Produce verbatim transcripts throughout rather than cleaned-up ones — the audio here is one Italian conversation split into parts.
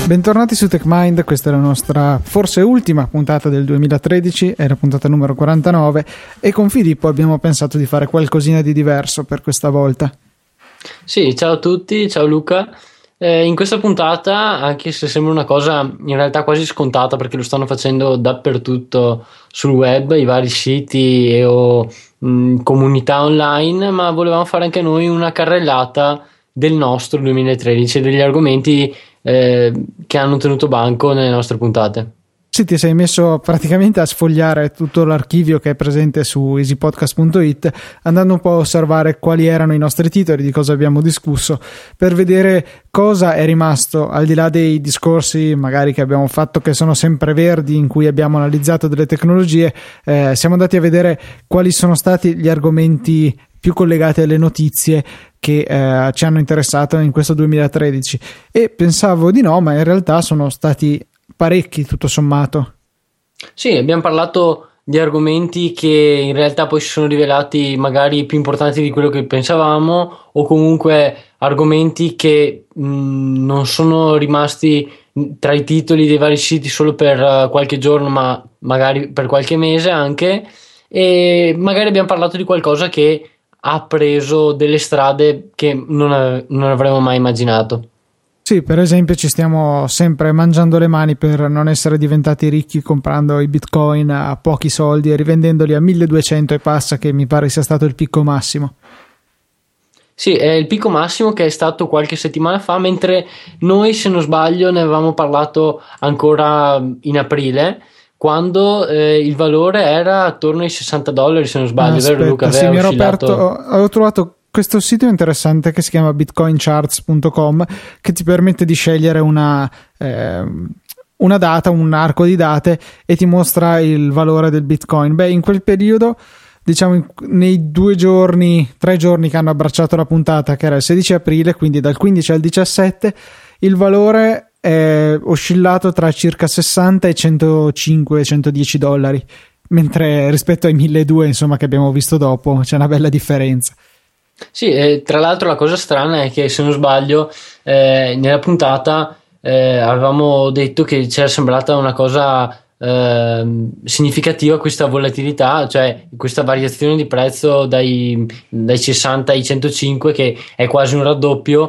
Bentornati su TechMind, questa è la nostra forse ultima puntata del duemilatredici, è la puntata numero quarantanove e con Filippo abbiamo pensato di fare qualcosina di diverso per questa volta. Sì, ciao a tutti, ciao Luca. Eh, in questa puntata, anche se sembra una cosa in realtà quasi scontata perché lo stanno facendo dappertutto sul web, i vari siti e o mh, comunità online, ma volevamo fare anche noi una carrellata del nostro duemilatredici e degli argomenti eh, che hanno tenuto banco nelle nostre puntate. Sì, ti sei messo praticamente a sfogliare tutto l'archivio che è presente su easypodcast punto it, andando un po' a osservare quali erano i nostri titoli, di cosa abbiamo discusso, per vedere cosa è rimasto al di là dei discorsi magari che abbiamo fatto, che sono sempre verdi, in cui abbiamo analizzato delle tecnologie. Eh, siamo andati a vedere quali sono stati gli argomenti più collegati alle notizie che eh, ci hanno interessato in questo duemilatredici, e pensavo di no, ma in realtà sono stati parecchi tutto sommato. Sì, abbiamo parlato di argomenti che in realtà poi si sono rivelati magari più importanti di quello che pensavamo, o comunque argomenti che mh, non sono rimasti tra i titoli dei vari siti solo per uh, qualche giorno, ma magari per qualche mese anche, e magari abbiamo parlato di qualcosa che ha preso delle strade che non, ave- non avremmo mai immaginato. Sì, per esempio ci stiamo sempre mangiando le mani per non essere diventati ricchi comprando i bitcoin a pochi soldi e rivendendoli a milleduecento e passa, che mi pare sia stato il picco massimo. Sì, è il picco massimo che è stato qualche settimana fa, mentre noi, se non sbaglio, ne avevamo parlato ancora in aprile, quando eh, il valore era attorno ai sessanta dollari, se non sbaglio, Aspetta, vero Luca? sì, Aveva mi ero oscillato... aperto, avevo trovato questo sito interessante che si chiama bitcoin charts punto com, che ti permette di scegliere una, eh, una data, un arco di date, e ti mostra il valore del bitcoin. Beh, in quel periodo, diciamo in, nei due giorni, tre giorni che hanno abbracciato la puntata, che era il sedici aprile, quindi dal quindici al diciassette, il valore è oscillato tra circa sessanta e centocinque centodieci dollari, mentre rispetto ai milleduecento, insomma, che abbiamo visto dopo, c'è una bella differenza. Sì, e tra l'altro la cosa strana è che, se non sbaglio, eh, nella puntata eh, avevamo detto che ci era sembrata una cosa eh, significativa questa volatilità, cioè questa variazione di prezzo dai, dai sessanta ai centocinque, che è quasi un raddoppio,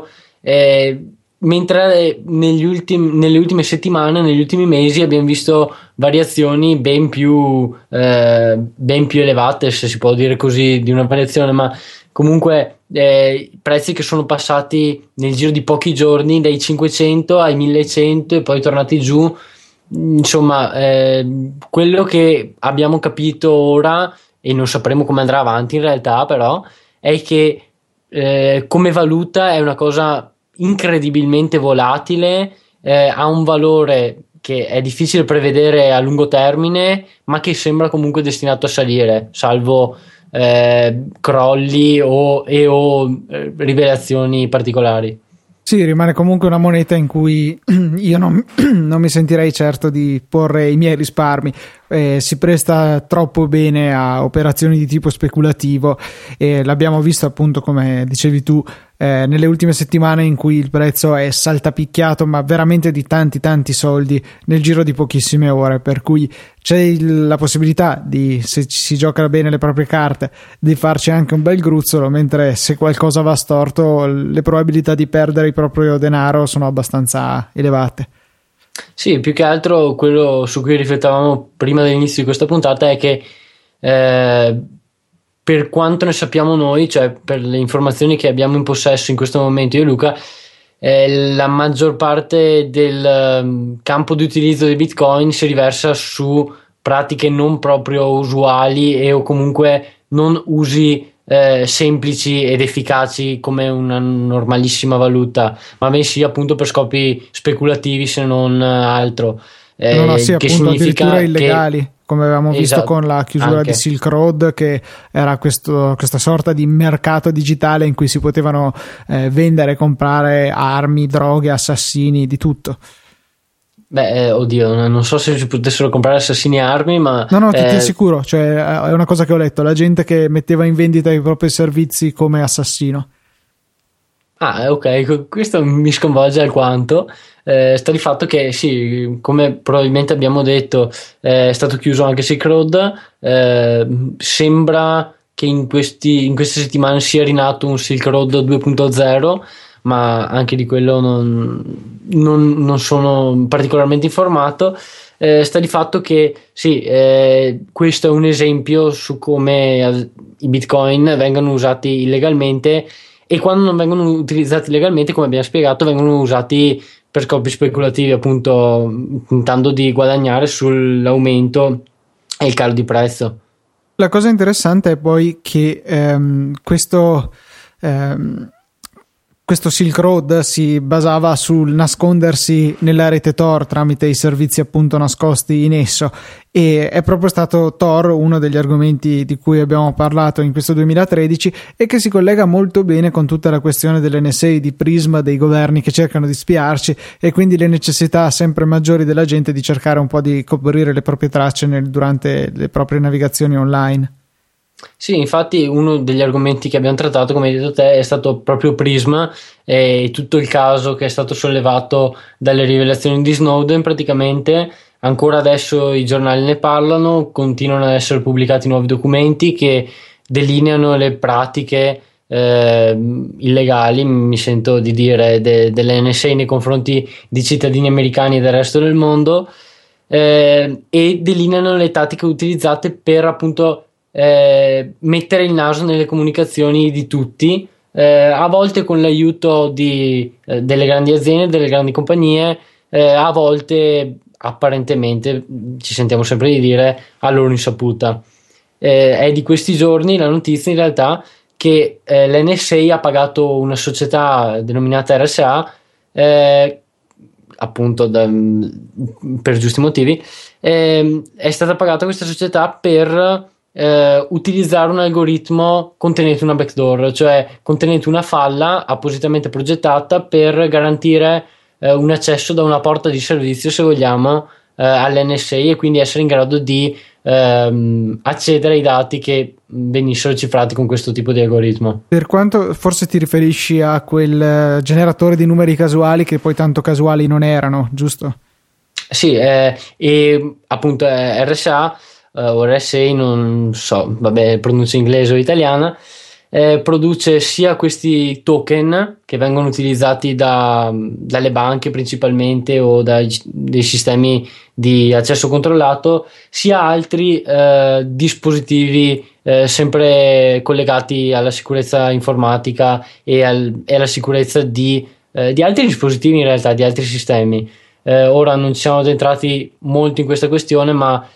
eh, mentre negli ultimi, nelle ultime settimane, negli ultimi mesi abbiamo visto variazioni ben più, eh, ben più elevate, se si può dire così, di una variazione, ma comunque eh, prezzi che sono passati nel giro di pochi giorni dai cinquecento ai millecento e poi tornati giù. Insomma, eh, quello che abbiamo capito ora, e non sapremo come andrà avanti in realtà, però è che eh, come valuta è una cosa incredibilmente volatile, eh, ha un valore che è difficile prevedere a lungo termine, ma che sembra comunque destinato a salire, salvo Eh, crolli o, e o eh, rivelazioni particolari. Sì, rimane comunque una moneta in cui io non, non mi sentirei certo di porre i miei risparmi. Eh, si presta troppo bene a operazioni di tipo speculativo, e l'abbiamo visto, appunto, come dicevi tu, eh, nelle ultime settimane, in cui il prezzo è saltapicchiato, ma veramente di tanti tanti soldi nel giro di pochissime ore, per cui c'è il, la possibilità di, se ci si gioca bene le proprie carte, di farci anche un bel gruzzolo, mentre se qualcosa va storto le probabilità di perdere il proprio denaro sono abbastanza elevate. Sì, più che altro quello su cui riflettavamo prima dell'inizio di questa puntata è che eh, per quanto ne sappiamo noi, cioè per le informazioni che abbiamo in possesso in questo momento io e Luca, eh, la maggior parte del um, campo di utilizzo di Bitcoin si riversa su pratiche non proprio usuali e o comunque non usi eh, semplici ed efficaci come una normalissima valuta, ma bensì appunto per scopi speculativi, se non altro. Eh, No, no, sì, che appunto, significa addirittura illegali, che... come avevamo visto Esatto, con la chiusura anche. di Silk Road, che era questo, questa sorta di mercato digitale in cui si potevano eh, vendere e comprare armi, droghe, assassini, di tutto. Beh, eh, oddio, non so se si potessero comprare assassini e armi, ma No, no, ti, ti eh, assicuro, cioè, è una cosa che ho letto, la gente che metteva in vendita i propri servizi come assassino. Ah, ok, questo mi sconvolge alquanto. Eh, sta di fatto che sì, come probabilmente abbiamo detto, eh, è stato chiuso anche Silk Road. Eh, sembra che in questi, in queste settimane sia rinato un Silk Road due punto zero, ma anche di quello non, non- non sono particolarmente informato. Eh, sta di fatto che sì, eh, questo è un esempio su come eh, i bitcoin vengano usati illegalmente, e quando non vengono utilizzati legalmente, come abbiamo spiegato, vengono usati per scopi speculativi, appunto, tentando di guadagnare sull'aumento e il calo di prezzo. La cosa interessante è poi che ehm, questo, ehm, questo Silk Road si basava sul nascondersi nella rete Tor tramite i servizi appunto nascosti in esso, e è proprio stato Tor uno degli argomenti di cui abbiamo parlato in questo duemilatredici, e che si collega molto bene con tutta la questione dell'N S A, di Prisma, dei governi che cercano di spiarci, e quindi le necessità sempre maggiori della gente di cercare un po' di coprire le proprie tracce nel, durante le proprie navigazioni online. Sì, infatti uno degli argomenti che abbiamo trattato, come hai detto te, è stato proprio Prisma e tutto il caso che è stato sollevato dalle rivelazioni di Snowden. Praticamente ancora adesso i giornali ne parlano, continuano ad essere pubblicati nuovi documenti che delineano le pratiche eh, illegali, mi sento di dire, de- dell'N S A nei confronti di cittadini americani e del resto del mondo, eh, e delineano le tattiche utilizzate per appunto eh, mettere il naso nelle comunicazioni di tutti, eh, a volte con l'aiuto di, eh, delle grandi aziende, delle grandi compagnie, eh, a volte apparentemente, ci sentiamo sempre di dire, a loro insaputa. Eh, è di questi giorni la notizia in realtà che eh, l'N S A ha pagato una società denominata R S A, eh, appunto da, per giusti motivi, eh, è stata pagata questa società per eh, utilizzare un algoritmo contenente una backdoor, cioè contenente una falla appositamente progettata per garantire eh, un accesso da una porta di servizio, se vogliamo, eh, all'N S A, e quindi essere in grado di ehm, accedere ai dati che venissero cifrati con questo tipo di algoritmo. Per quanto forse ti riferisci a quel eh, generatore di numeri casuali che poi tanto casuali non erano, giusto? Sì, eh, e appunto eh, R S A eh, o R S A, non so, vabbè, pronuncia inglese o italiana, eh, produce sia questi token che vengono utilizzati da- dalle banche principalmente o dai dei sistemi di accesso controllato, sia altri eh, dispositivi eh, sempre collegati alla sicurezza informatica e, al- e alla sicurezza di, eh, di altri dispositivi, in realtà, di altri sistemi. Eh, ora non ci siamo addentrati molto in questa questione, ma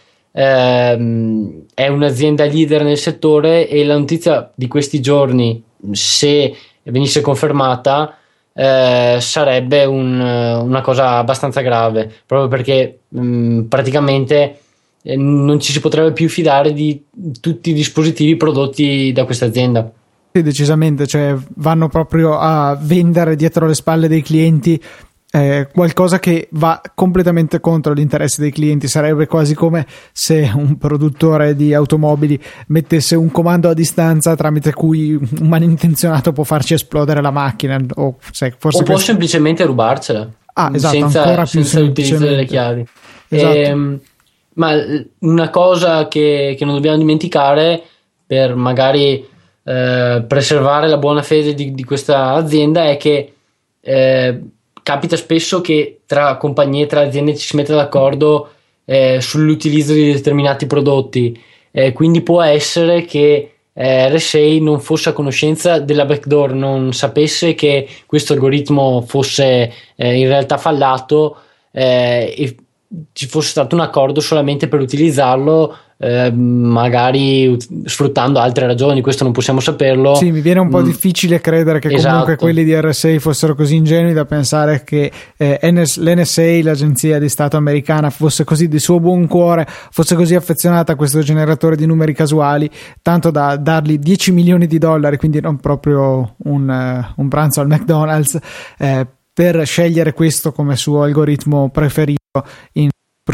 ehm, è un'azienda leader nel settore, e la notizia di questi giorni, se venisse confermata, eh, sarebbe un- una cosa abbastanza grave, proprio perché mh, praticamente eh, non ci si potrebbe più fidare di tutti i dispositivi prodotti da questa azienda. Sì, decisamente, cioè vanno proprio a vendere dietro le spalle dei clienti eh, qualcosa che va completamente contro gli interessi dei clienti. Sarebbe quasi come se un produttore di automobili mettesse un comando a distanza tramite cui un malintenzionato può farci esplodere la macchina, o se, forse O può questo... semplicemente rubarcela, Ah, esatto, senza, ancora più senza l'utilizzo delle semplicemente. chiavi. Esatto. Ehm, ma una cosa che, che non dobbiamo dimenticare, per magari eh, preservare la buona fede di, di questa azienda, è che eh, capita spesso che tra compagnie, tra aziende, ci si metta d'accordo eh, sull'utilizzo di determinati prodotti. Eh, quindi può essere che eh, R S A non fosse a conoscenza della backdoor, non sapesse che questo algoritmo fosse eh, in realtà fallato, eh, e ci fosse stato un accordo solamente per utilizzarlo, eh, magari ut- sfruttando altre ragioni. Questo non possiamo saperlo. Sì, mi viene un po' Mm, difficile credere che comunque esatto. quelli di R S A fossero così ingenui da pensare che eh, N S l'N S A, l'agenzia di Stato americana, fosse così di suo buon cuore, fosse così affezionata a questo generatore di numeri casuali, tanto da dargli dieci milioni di dollari, quindi non proprio un, uh, un pranzo al McDonald's, eh, per scegliere questo come suo algoritmo preferito in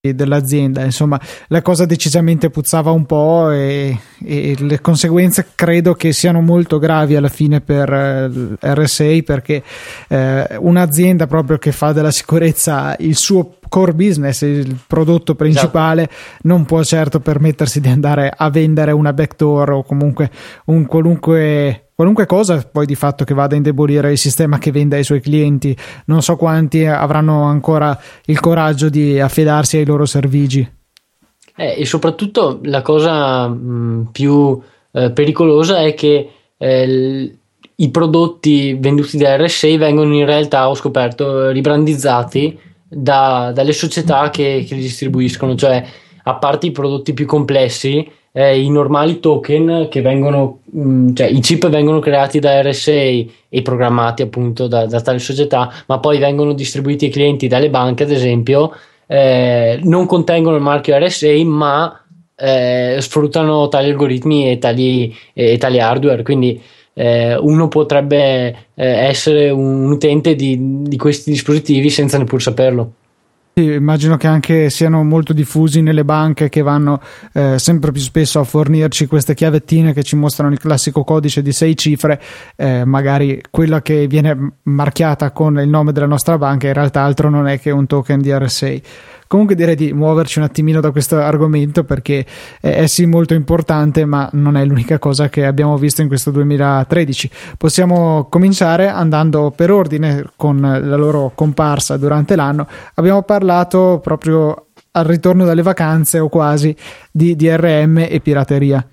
dell'azienda. Insomma, la cosa decisamente puzzava un po' e, e le conseguenze credo che siano molto gravi alla fine per R S A, perché eh, un'azienda proprio che fa della sicurezza il suo core business, il prodotto principale, esatto, non può certo permettersi di andare a vendere una backdoor o comunque un qualunque qualunque cosa poi di fatto che vada a indebolire il sistema che vende ai suoi clienti. Non so quanti avranno ancora il coraggio di affidarsi ai loro servigi. Eh, e soprattutto la cosa mh, più eh, pericolosa è che eh, l- i prodotti venduti da R S A vengono in realtà, ho scoperto, ribrandizzati da, dalle società che, che li distribuiscono, cioè a parte i prodotti più complessi, eh, i normali token che vengono, mh, cioè i chip vengono creati da R S A e programmati appunto da, da tale società, ma poi vengono distribuiti ai clienti dalle banche, ad esempio, eh, non contengono il marchio R S A, ma eh, sfruttano tali algoritmi e tali, e tali hardware, quindi eh, uno potrebbe eh, essere un utente di, di questi dispositivi senza neppur saperlo. Sì, immagino che anche siano molto diffusi nelle banche, che vanno eh, sempre più spesso a fornirci queste chiavettine che ci mostrano il classico codice di sei cifre, eh, magari quella che viene marchiata con il nome della nostra banca in realtà altro non è che un token di R S A. Comunque direi di muoverci un attimino da questo argomento, perché è sì molto importante, ma non è l'unica cosa che abbiamo visto in questo duemilatredici. Possiamo cominciare andando per ordine con la loro comparsa durante l'anno. Abbiamo parlato proprio al ritorno dalle vacanze o quasi di D R M e pirateria.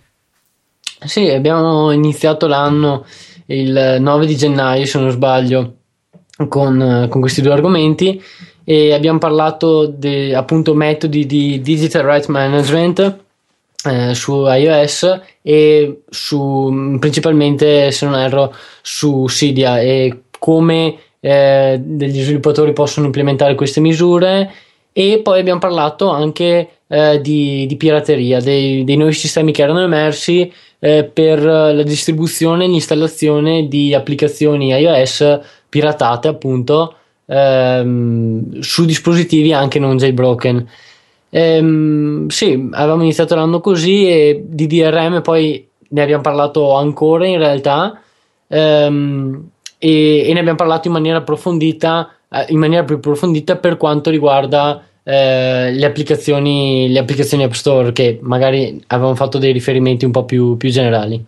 Sì, abbiamo iniziato l'anno il nove di gennaio, se non sbaglio, con, con questi due argomenti, e abbiamo parlato di appunto metodi di digital rights management eh, su iOS e su principalmente, se non erro, su Cydia, e come eh, degli sviluppatori possono implementare queste misure. E poi abbiamo parlato anche eh, di, di pirateria, dei, dei nuovi sistemi che erano emersi eh, per la distribuzione e l'installazione di applicazioni iOS piratate, appunto, ehm, su dispositivi anche non jailbroken. Ehm, sì, avevamo iniziato l'anno così, e di D R M poi ne abbiamo parlato ancora in realtà, ehm, e, e ne abbiamo parlato in maniera approfondita in maniera più approfondita per quanto riguarda eh, le applicazioni le applicazioni App Store, che magari avevamo fatto dei riferimenti un po' più, più generali.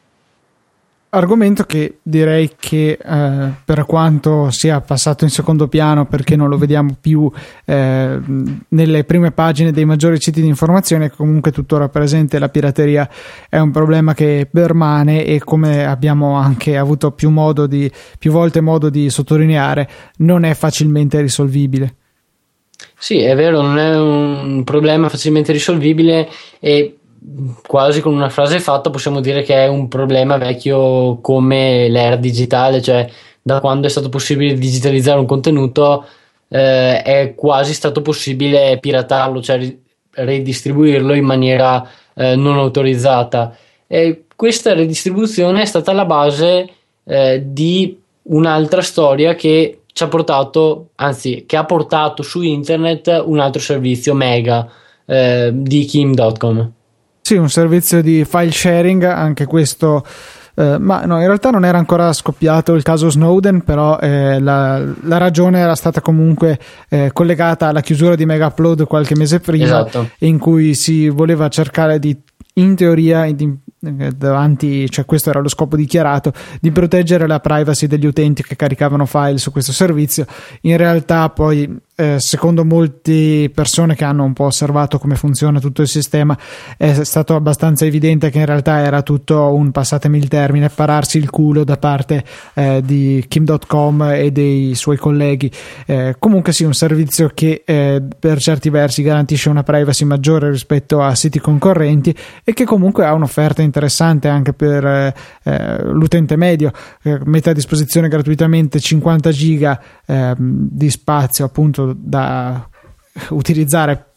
Argomento che direi che eh, per quanto sia passato in secondo piano, perché non lo vediamo più eh, nelle prime pagine dei maggiori siti di informazione, comunque tuttora presente. La pirateria è un problema che permane e, come abbiamo anche avuto più modo di più volte modo di sottolineare, non è facilmente risolvibile. Sì, è vero, non è un problema facilmente risolvibile, e quasi con una frase fatta possiamo dire che è un problema vecchio come l'era digitale, cioè da quando è stato possibile digitalizzare un contenuto eh, è quasi stato possibile piratarlo, cioè redistribuirlo in maniera eh, non autorizzata, e questa redistribuzione è stata la base eh, di un'altra storia che ci ha portato, anzi che ha portato su internet un altro servizio mega eh, di Kim punto com. Sì, un servizio di file sharing, anche questo, eh, ma no, in realtà non era ancora scoppiato il caso Snowden, però eh, la, la ragione era stata comunque eh, collegata alla chiusura di Mega Upload qualche mese prima, esatto, in cui si voleva cercare di, in teoria, di, davanti, cioè questo era lo scopo dichiarato, di proteggere la privacy degli utenti che caricavano file su questo servizio. In realtà poi eh, secondo molte persone che hanno un po' osservato come funziona tutto il sistema, è stato abbastanza evidente che in realtà era tutto un, passatemi il termine, pararsi il culo da parte eh, di Kim punto com e dei suoi colleghi. Eh, comunque sì, un servizio che eh, per certi versi garantisce una privacy maggiore rispetto a siti concorrenti, e che comunque ha un'offerta interessante anche per eh, l'utente medio. Eh, mette a disposizione gratuitamente cinquanta giga eh, di spazio appunto da utilizzare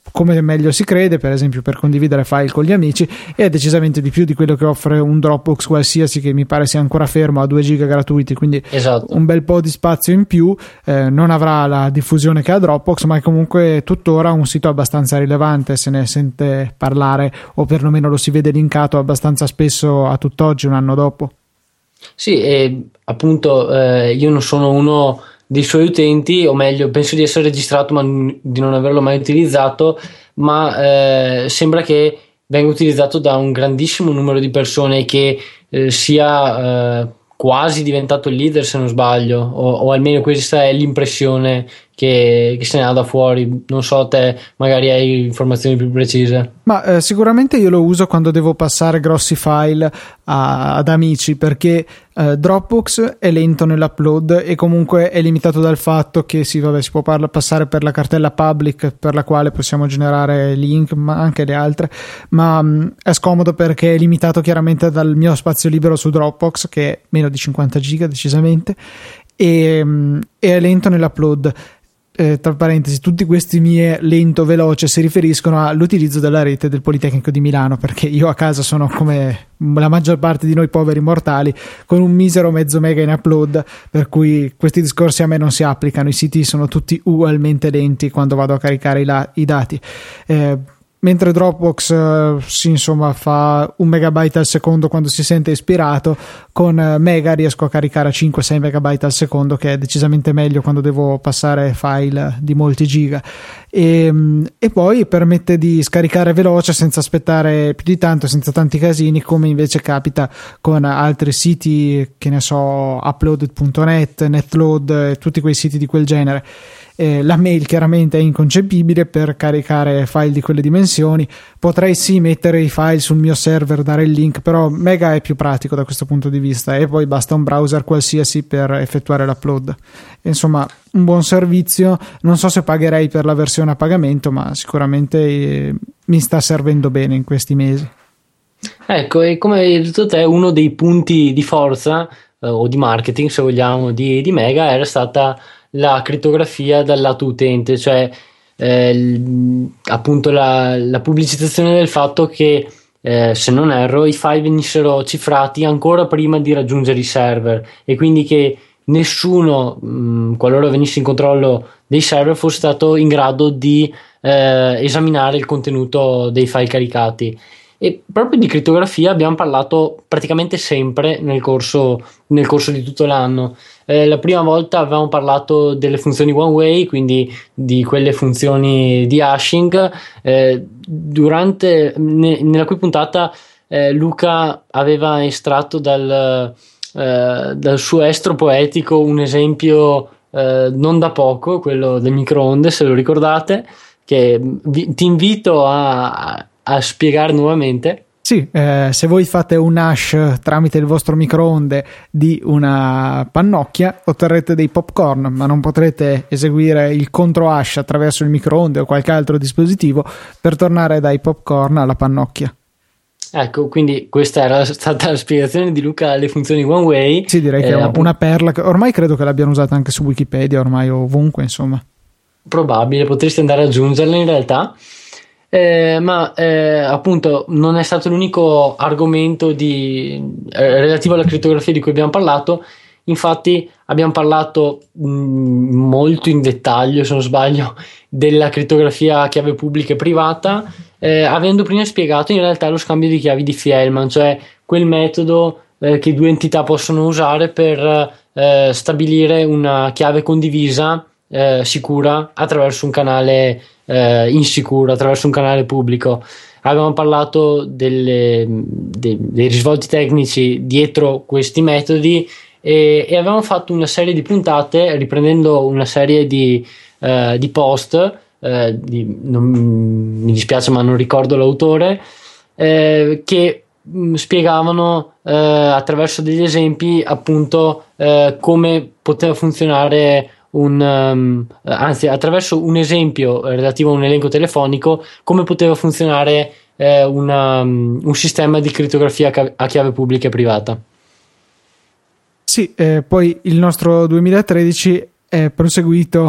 come meglio si crede, per esempio per condividere file con gli amici, e è decisamente di più di quello che offre un Dropbox qualsiasi, che mi pare sia ancora fermo a due giga gratuiti, quindi esatto. un bel po' di spazio in più. Eh, non avrà la diffusione che ha Dropbox, ma è comunque tuttora un sito abbastanza rilevante, se ne sente parlare, o perlomeno lo si vede linkato abbastanza spesso a tutt'oggi, un anno dopo. Sì, e appunto eh, io non sono uno dei suoi utenti, o meglio penso di essere registrato ma n- di non averlo mai utilizzato, ma eh, sembra che venga utilizzato da un grandissimo numero di persone, che eh, sia eh, quasi diventato il leader, se non sbaglio, o, o almeno questa è l'impressione che, che se ne ha da fuori. Non so, te magari hai informazioni più precise. Ma eh, sicuramente io lo uso quando devo passare grossi file a, ad amici, perché eh, Dropbox è lento nell'upload e comunque è limitato dal fatto che sì, vabbè, si può parla, passare per la cartella public, per la quale possiamo generare link, ma anche le altre, ma mh, è scomodo perché è limitato chiaramente dal mio spazio libero su Dropbox, che è meno di cinquanta giga decisamente, e, mh, e è lento nell'upload. Eh, tra parentesi, tutti questi miei lento veloce si riferiscono all'utilizzo della rete del Politecnico di Milano, perché io a casa sono come la maggior parte di noi poveri mortali, con un misero mezzo mega in upload, per cui questi discorsi a me non si applicano. I siti sono tutti ugualmente lenti quando vado a caricare i, la- i dati. eh, mentre Dropbox eh, sì, insomma, fa un megabyte al secondo quando si sente ispirato, con eh, Mega riesco a caricare a cinque sei megabyte al secondo, che è decisamente meglio quando devo passare file di molti giga, e, e poi permette di scaricare veloce senza aspettare più di tanto, senza tanti casini, come invece capita con altri siti, che ne so, uploaded punto net, netload e tutti quei siti di quel genere. Eh, la mail chiaramente è inconcepibile per caricare file di quelle dimensioni. Potrei sì mettere i file sul mio server, dare il link, però Mega è più pratico da questo punto di vista, e poi basta un browser qualsiasi per effettuare l'upload. Insomma, un buon servizio. Non so se pagherei per la versione a pagamento, ma sicuramente eh, mi sta servendo bene in questi mesi. Ecco, e come hai detto te, uno dei punti di forza eh, o di marketing, se vogliamo, di, di Mega era stata la crittografia dal lato utente, cioè eh, il- appunto la, la pubblicizzazione del fatto che, eh, se non erro, i file venissero cifrati ancora prima di raggiungere i server, e quindi che nessuno, mh, qualora venisse in controllo dei server, fosse stato in grado di eh, esaminare il contenuto dei file caricati. E proprio di crittografia abbiamo parlato praticamente sempre nel corso, nel corso di tutto l'anno. Eh, la prima volta avevamo parlato delle funzioni one way, quindi di quelle funzioni di hashing, eh, durante, ne- nella cui puntata eh, Luca aveva estratto dal, eh, dal suo estro poetico un esempio eh, non da poco, quello del microonde, se lo ricordate, che vi- ti invito a, a spiegare nuovamente. Sì, eh, se voi fate un hash tramite il vostro microonde di una pannocchia, otterrete dei popcorn, ma non potrete eseguire il contro hash attraverso il microonde o qualche altro dispositivo per tornare dai popcorn alla pannocchia. Ecco, quindi questa era stata la spiegazione di Luca alle funzioni one way. Sì, direi eh, che è appunto, una perla, che ormai credo che l'abbiano usata anche su Wikipedia, ormai ovunque, insomma. probabile, potresti andare ad aggiungerla in realtà. Eh, ma eh, appunto non è stato l'unico argomento di, eh, relativo alla crittografia di cui abbiamo parlato. Infatti abbiamo parlato mh, molto in dettaglio, se non sbaglio, della crittografia a chiave pubblica e privata, eh, avendo prima spiegato in realtà lo scambio di chiavi di Fielman, cioè quel metodo eh, che due entità possono usare per eh, stabilire una chiave condivisa eh, sicura attraverso un canale eh, insicuro, attraverso un canale pubblico. Avevamo parlato delle, de, dei risvolti tecnici dietro questi metodi, e, e avevamo fatto una serie di puntate riprendendo una serie di, eh, di post, eh, di, non, mi dispiace ma non ricordo l'autore, eh, che mh, spiegavano eh, attraverso degli esempi appunto eh, come poteva funzionare un, um, anzi attraverso un esempio relativo a un elenco telefonico, come poteva funzionare eh, una, um, un sistema di crittografia a chiave pubblica e privata. Sì, eh, poi il nostro duemilatredici è proseguito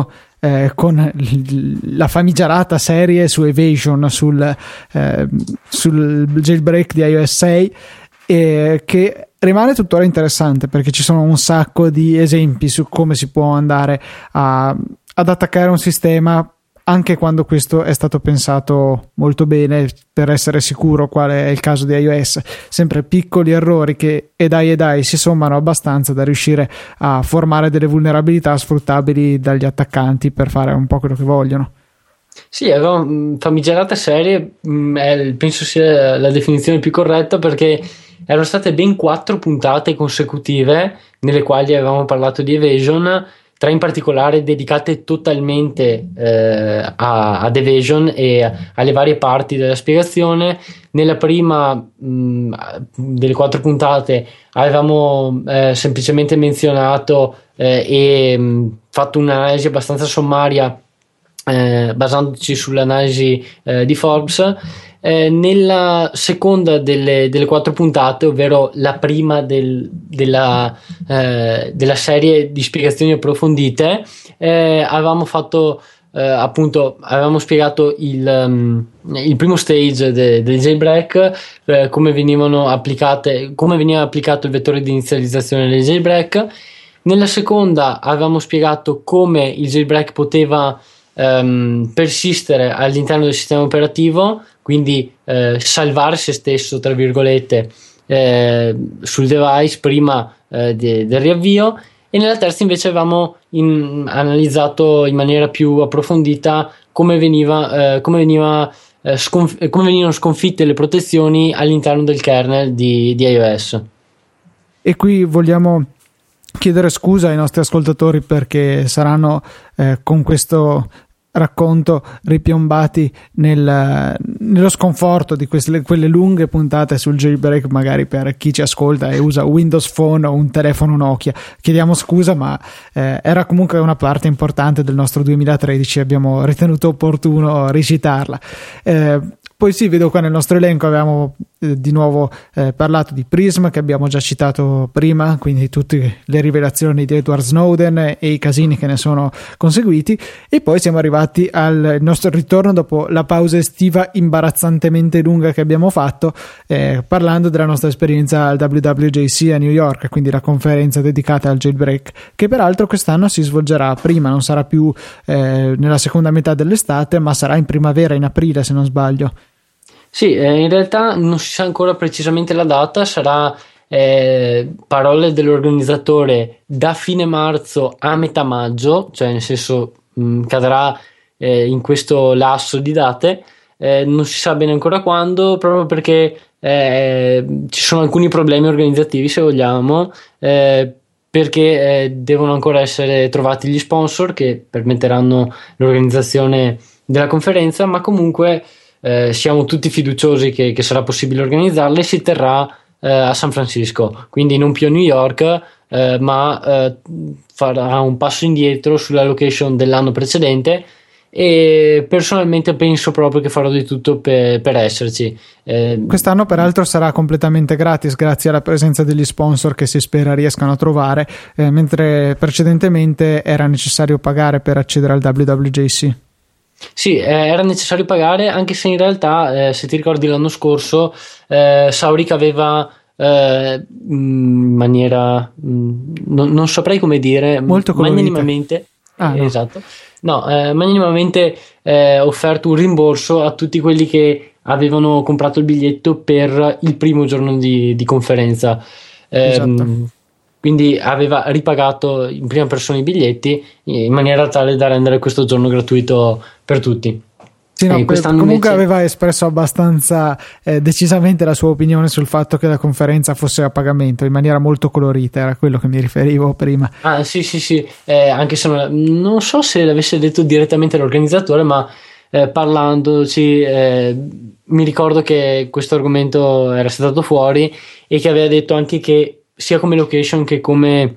eh, con l- la famigerata serie su Evasion, sul, eh, sul jailbreak di iOS sei, eh, che rimane tuttora interessante perché ci sono un sacco di esempi su come si può andare a, ad attaccare un sistema anche quando questo è stato pensato molto bene per essere sicuro, quale è il caso di iOS. Sempre piccoli errori che e dai e dai si sommano abbastanza da riuscire a formare delle vulnerabilità sfruttabili dagli attaccanti per fare un po' quello che vogliono. Sì, aveva famigerata serie, mh, è, penso sia la definizione più corretta, perché erano state ben quattro puntate consecutive nelle quali avevamo parlato di Evasion, tre in particolare dedicate totalmente eh, a, ad Evasion e alle varie parti della spiegazione. Nella prima mh, delle quattro puntate avevamo eh, semplicemente menzionato eh, e mh, fatto un'analisi abbastanza sommaria eh, basandoci sull'analisi eh, di Forbes. Eh, nella seconda delle, delle quattro puntate, ovvero la prima del, della, eh, della serie di spiegazioni approfondite, eh, avevamo fatto eh, appunto avevamo spiegato il, um, il primo stage de, del jailbreak, eh, come venivano applicate come veniva applicato il vettore di inizializzazione del jailbreak. Nella seconda avevamo spiegato come il jailbreak poteva um, persistere all'interno del sistema operativo, quindi eh, salvare se stesso, tra virgolette, eh, sul device prima eh, de, del riavvio. E nella terza invece avevamo in, analizzato in maniera più approfondita come veniva, eh, come veniva eh, sconf- come venivano sconfitte le protezioni all'interno del kernel di, di iOS. E qui vogliamo chiedere scusa ai nostri ascoltatori perché saranno eh, con questo racconto ripiombati nel, nello sconforto di queste, quelle lunghe puntate sul jailbreak, magari per chi ci ascolta e usa Windows Phone o un telefono Nokia. Chiediamo scusa, ma eh, era comunque una parte importante del nostro duemilatredici, abbiamo ritenuto opportuno ricitarla. Eh, Poi sì, vedo qua nel nostro elenco avevamo eh, di nuovo eh, parlato di Prism, che abbiamo già citato prima, quindi tutte le rivelazioni di Edward Snowden e i casini che ne sono conseguiti, e poi siamo arrivati al nostro ritorno dopo la pausa estiva imbarazzantemente lunga che abbiamo fatto, eh, parlando della nostra esperienza al W W J C a New York, quindi la conferenza dedicata al jailbreak, che peraltro quest'anno si svolgerà prima, non sarà più eh, nella seconda metà dell'estate, ma sarà in primavera, in aprile se non sbaglio. Sì, eh, in realtà non si sa ancora precisamente la data, sarà eh, parole dell'organizzatore da fine marzo a metà maggio, cioè nel senso mh, cadrà eh, in questo lasso di date, eh, non si sa bene ancora quando, proprio perché eh, ci sono alcuni problemi organizzativi, se vogliamo, eh, perché eh, devono ancora essere trovati gli sponsor che permetteranno l'organizzazione della conferenza, ma comunque Eh, siamo tutti fiduciosi che, che sarà possibile organizzarle. Si terrà eh, a San Francisco, quindi non più a New York, eh, ma eh, farà un passo indietro sulla location dell'anno precedente, e personalmente penso proprio che farò di tutto per, per esserci. Eh, Quest'anno peraltro sarà completamente gratis grazie alla presenza degli sponsor che si spera riescano a trovare, eh, mentre precedentemente era necessario pagare per accedere al W W J C. Sì, eh, era necessario pagare, anche se in realtà, eh, se ti ricordi l'anno scorso, eh, Sauric aveva eh, in maniera, mh, non, non saprei come dire, molto colorita. magnanimamente, ah, no. esatto, no, eh, magnanimamente eh, offerto un rimborso a tutti quelli che avevano comprato il biglietto per il primo giorno di, di conferenza. Eh, Esatto. Quindi aveva ripagato in prima persona i biglietti in maniera tale da rendere questo giorno gratuito per tutti. Sì, no, eh, per, comunque invece... aveva espresso abbastanza eh, decisamente la sua opinione sul fatto che la conferenza fosse a pagamento in maniera molto colorita, era quello che mi riferivo prima. Ah sì sì sì, eh, anche se non, non so se l'avesse detto direttamente l'organizzatore, ma eh, parlandoci eh, mi ricordo che questo argomento era stato fuori e che aveva detto anche che sia come location che come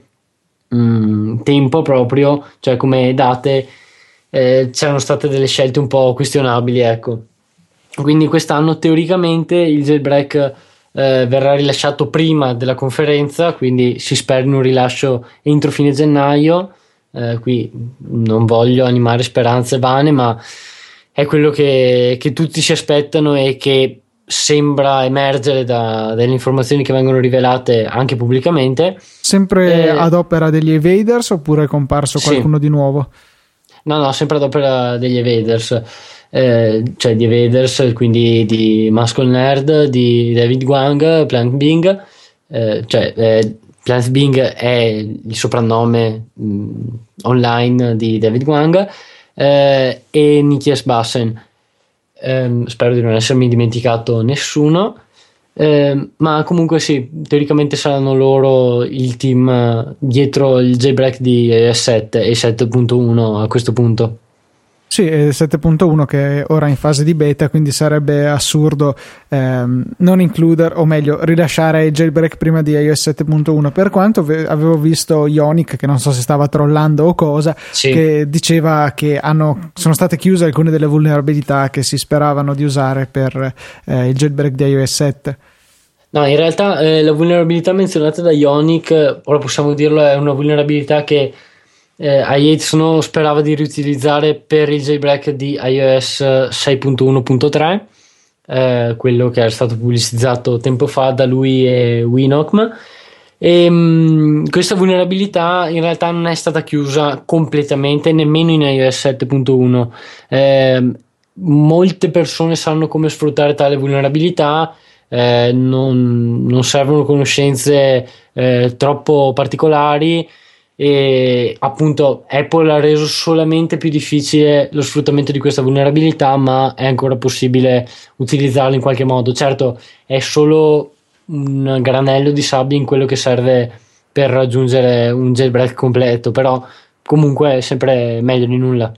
mh, tempo proprio, cioè come date, eh, c'erano state delle scelte un po' questionabili, ecco. Quindi quest'anno teoricamente il jailbreak eh, verrà rilasciato prima della conferenza, quindi si spera in un rilascio entro fine gennaio, eh, qui non voglio animare speranze vane, ma è quello che, che tutti si aspettano e che sembra emergere da, dalle informazioni che vengono rivelate anche pubblicamente. Sempre eh, ad opera degli Evaders oppure è comparso qualcuno sì. di nuovo? No, no, sempre ad opera degli Evaders, eh, cioè di Evaders, quindi di Muscle Nerd, di David Wang, Plant Bing, eh, cioè eh, Plant Bing è il soprannome mh, online di David Wang, eh, e Nikias Bassen. Eh, spero di non essermi dimenticato nessuno. Eh, ma comunque sì, teoricamente saranno loro il team eh, dietro il jailbreak di iOS sette e sette punto uno a questo punto. Sì, è sette punto uno che è ora in fase di beta, quindi sarebbe assurdo ehm, non includere, o meglio rilasciare il jailbreak prima di iOS sette punto uno, per quanto ve- avevo visto Ionic, che non so se stava trollando o cosa, sì. che diceva che hanno, sono state chiuse alcune delle vulnerabilità che si speravano di usare per eh, il jailbreak di iOS sette. No, in realtà eh, la vulnerabilità menzionata da Ionic, ora possiamo dirlo, è una vulnerabilità che eh, i otto sperava di riutilizzare per il jailbreak di iOS sei punto uno punto tre, eh, quello che era stato pubblicizzato tempo fa da lui e Winocm. E, mh, questa vulnerabilità in realtà non è stata chiusa completamente nemmeno in iOS sette punto uno. Eh, molte persone sanno come sfruttare tale vulnerabilità. Eh, non, non servono conoscenze eh, troppo particolari, e appunto Apple ha reso solamente più difficile lo sfruttamento di questa vulnerabilità, ma è ancora possibile utilizzarla in qualche modo. Certo, è solo un granello di sabbia in quello che serve per raggiungere un jailbreak completo, però comunque è sempre meglio di nulla.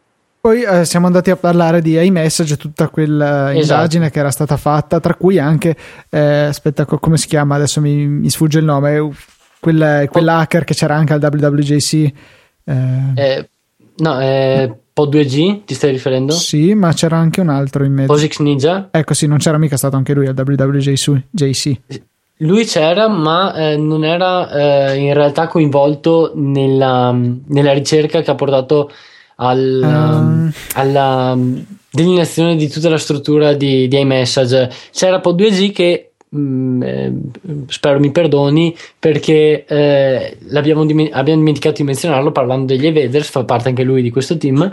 Poi eh, siamo andati a parlare di iMessage, tutta quella Esatto. indagine che era stata fatta, tra cui anche, eh, aspetta, co- come si chiama? Adesso mi, mi sfugge il nome, quel, quell'hacker che c'era anche al W W D C. Eh, eh, no, eh, Pod due G ti stai riferendo? Sì, ma c'era anche un altro in mezzo. POSIX Ninja? Ecco, sì, non c'era mica stato anche lui al W W D C. Lui c'era, ma eh, non era eh, in realtà coinvolto nella, nella ricerca che ha portato al, Um, alla delineazione di tutta la struttura di, di iMessage. C'era Pod due G che mh, eh, spero mi perdoni perché eh, l'abbiamo dim- abbiamo dimenticato di menzionarlo parlando degli evaders, fa parte anche lui di questo team,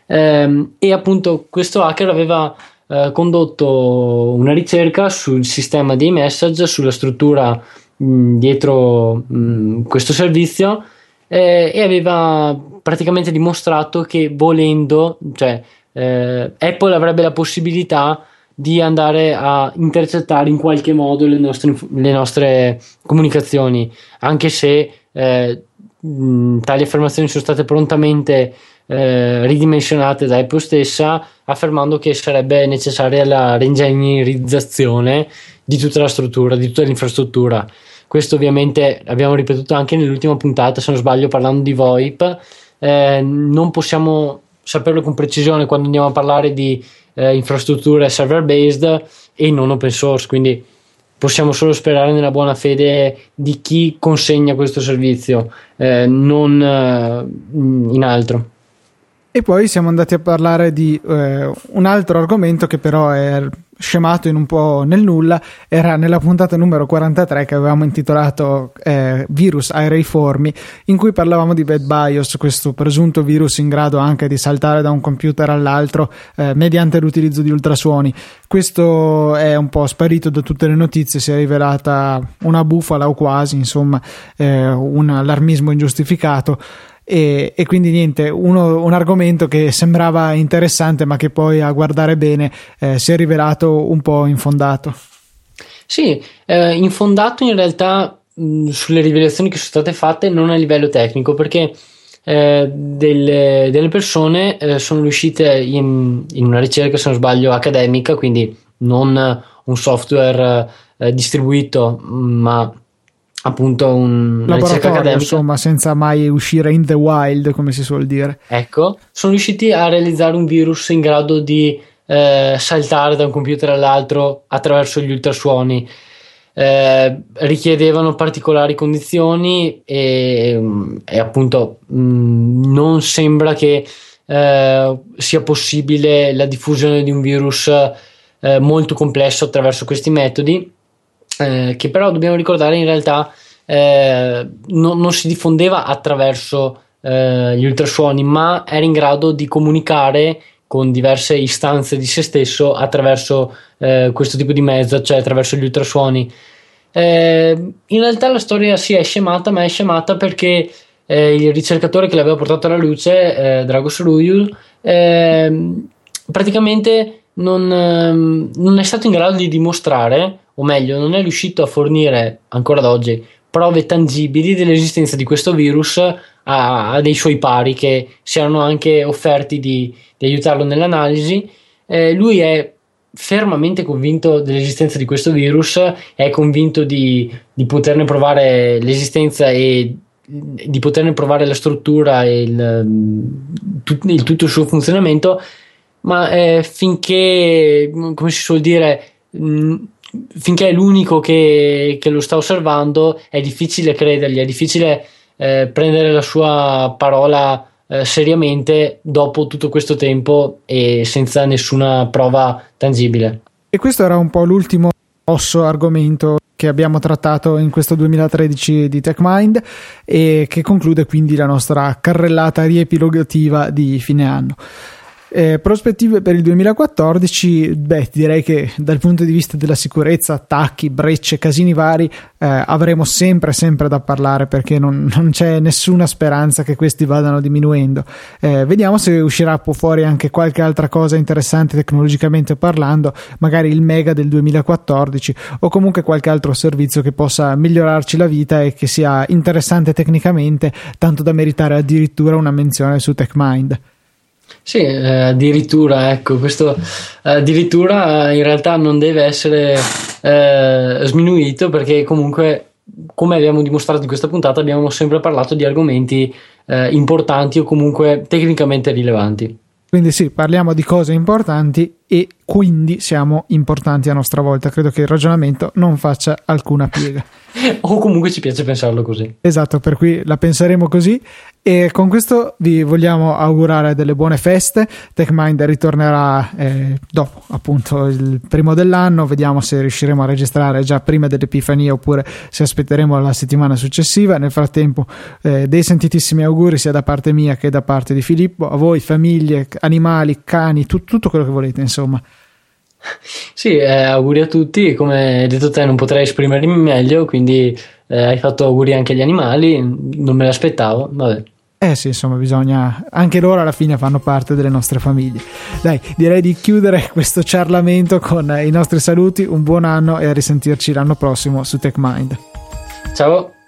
ehm, e appunto questo hacker aveva eh, condotto una ricerca sul sistema di iMessage, sulla struttura mh, dietro mh, questo servizio, eh, e aveva praticamente dimostrato che volendo, cioè eh, Apple avrebbe la possibilità di andare a intercettare in qualche modo le nostre, le nostre comunicazioni, anche se eh, mh, tali affermazioni sono state prontamente eh, ridimensionate da Apple stessa, affermando che sarebbe necessaria la reingegnerizzazione di tutta la struttura, di tutta l'infrastruttura. Questo ovviamente abbiamo ripetuto anche nell'ultima puntata, se non sbaglio, parlando di VoIP. Eh, non possiamo saperlo con precisione quando andiamo a parlare di eh, infrastrutture server based e non open source, quindi possiamo solo sperare nella buona fede di chi consegna questo servizio, eh, non eh, in altro. E poi siamo andati a parlare di eh, un altro argomento che però è scemato in un po' nel nulla, era nella puntata numero quarantatré che avevamo intitolato eh, Virus aerei-formi, in cui parlavamo di Bad BIOS, questo presunto virus in grado anche di saltare da un computer all'altro eh, mediante l'utilizzo di ultrasuoni. Questo è un po' sparito da tutte le notizie, si è rivelata una bufala o quasi, insomma, eh, un allarmismo ingiustificato. E, e quindi niente, uno, un argomento che sembrava interessante ma che poi a guardare bene eh, si è rivelato un po' infondato. Sì, eh, infondato in realtà mh, sulle rivelazioni che sono state fatte, non a livello tecnico, perché eh, delle, delle persone eh, sono riuscite in, in una ricerca, se non sbaglio, accademica, quindi non un software eh, distribuito, ma appunto un, una ricerca accademica, insomma, senza mai uscire in the wild, come si suol dire. Ecco, sono riusciti a realizzare un virus in grado di eh, saltare da un computer all'altro attraverso gli ultrasuoni. eh, richiedevano particolari condizioni e, e appunto mh, non sembra che eh, sia possibile la diffusione di un virus eh, molto complesso attraverso questi metodi, eh, che però dobbiamo ricordare in realtà eh, no, non si diffondeva attraverso eh, gli ultrasuoni, ma era in grado di comunicare con diverse istanze di se stesso attraverso eh, questo tipo di mezzo, cioè attraverso gli ultrasuoni. Eh, in realtà la storia si è scemata, ma è scemata perché eh, il ricercatore che l'aveva portato alla luce, eh, Dragos Rujul, eh, praticamente non, ehm, non è stato in grado di dimostrare, o meglio, non è riuscito a fornire ancora ad oggi prove tangibili dell'esistenza di questo virus a, a dei suoi pari che si erano anche offerti di, di aiutarlo nell'analisi. Eh, lui è fermamente convinto dell'esistenza di questo virus, è convinto di, di poterne provare l'esistenza e di poterne provare la struttura e il, tut, il tutto il suo funzionamento, ma eh, finché, come si suol dire, mh, finché è l'unico che, che lo sta osservando, è difficile credergli, è difficile eh, prendere la sua parola eh, seriamente dopo tutto questo tempo e senza nessuna prova tangibile. E questo era un po' l'ultimo grosso argomento che abbiamo trattato in questo duemilatredici di TechMind e che conclude quindi la nostra carrellata riepilogativa di fine anno. Eh, prospettive per il duemilaquattordici, beh, direi che dal punto di vista della sicurezza, attacchi, brecce, casini vari, eh, avremo sempre sempre da parlare, perché non, non c'è nessuna speranza che questi vadano diminuendo. Eh, vediamo se uscirà poi fuori anche qualche altra cosa interessante tecnologicamente parlando, magari il mega del duemilaquattordici o comunque qualche altro servizio che possa migliorarci la vita e che sia interessante tecnicamente, tanto da meritare addirittura una menzione su TechMind. Sì, eh, addirittura, ecco, questo addirittura in realtà non deve essere eh, sminuito, perché comunque, come abbiamo dimostrato in questa puntata, abbiamo sempre parlato di argomenti eh, importanti o comunque tecnicamente rilevanti. Quindi sì, parliamo di cose importanti e quindi siamo importanti a nostra volta. Credo che il ragionamento non faccia alcuna piega. O comunque ci piace pensarlo così. Esatto, per cui la penseremo così. E con questo vi vogliamo augurare delle buone feste. TechMind ritornerà eh, dopo appunto il primo dell'anno, vediamo se riusciremo a registrare già prima dell'Epifania oppure se aspetteremo la settimana successiva. Nel frattempo eh, dei sentitissimi auguri sia da parte mia che da parte di Filippo, a voi, famiglie, animali, cani, tut- tutto quello che volete, insomma. Sì, eh, auguri a tutti. Come hai detto te, non potrei esprimermi meglio, quindi eh, hai fatto auguri anche agli animali, non me l'aspettavo, vabbè. Eh sì, insomma, bisogna, anche loro alla fine fanno parte delle nostre famiglie. Dai, direi di chiudere questo ciarlamento con i nostri saluti, un buon anno e a risentirci l'anno prossimo su TechMind. Ciao.